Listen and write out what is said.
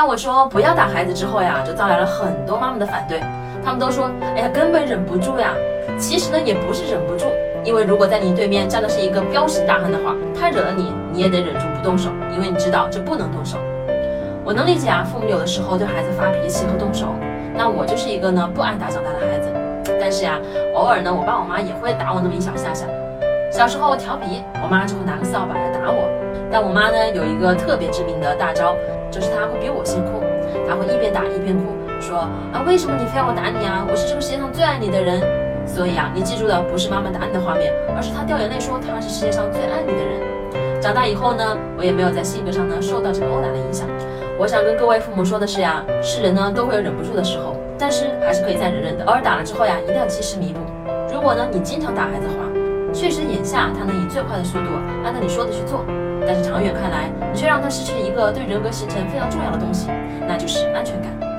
当我说不要打孩子之后呀，就招来了很多妈妈的反对。他们都说，哎呀，根本忍不住呀。其实呢，也不是忍不住，因为如果在你对面站的是一个彪形大汉的话，他惹了你，你也得忍住不动手，因为你知道这不能动手。我能理解啊，父母有的时候对孩子发脾气和动手。那我就是一个呢不挨打长大的孩子，但是呀，偶尔呢，我爸我妈也会打我那么一小下下。小时候调皮，我妈就会拿个扫把来打我。但我妈呢有一个特别致命的大招，就是她会比我先哭，她会一边打一边哭，说啊，为什么你非要我打你啊？我是这个世界上最爱你的人。所以啊，你记住的不是妈妈打你的画面，而是她掉眼泪说她是世界上最爱你的人。长大以后呢，我也没有在性格上呢受到这个殴打的影响。我想跟各位父母说的是呀，是人呢都会有忍不住的时候，但是还是可以再忍忍的。偶尔打了之后呀，一定要及时弥补。如果呢你经常打孩子的话，确实眼下他能以最快的速度按照你说的去做，但是长远看来，你却让他失去一个对人格形成非常重要的东西，那就是安全感。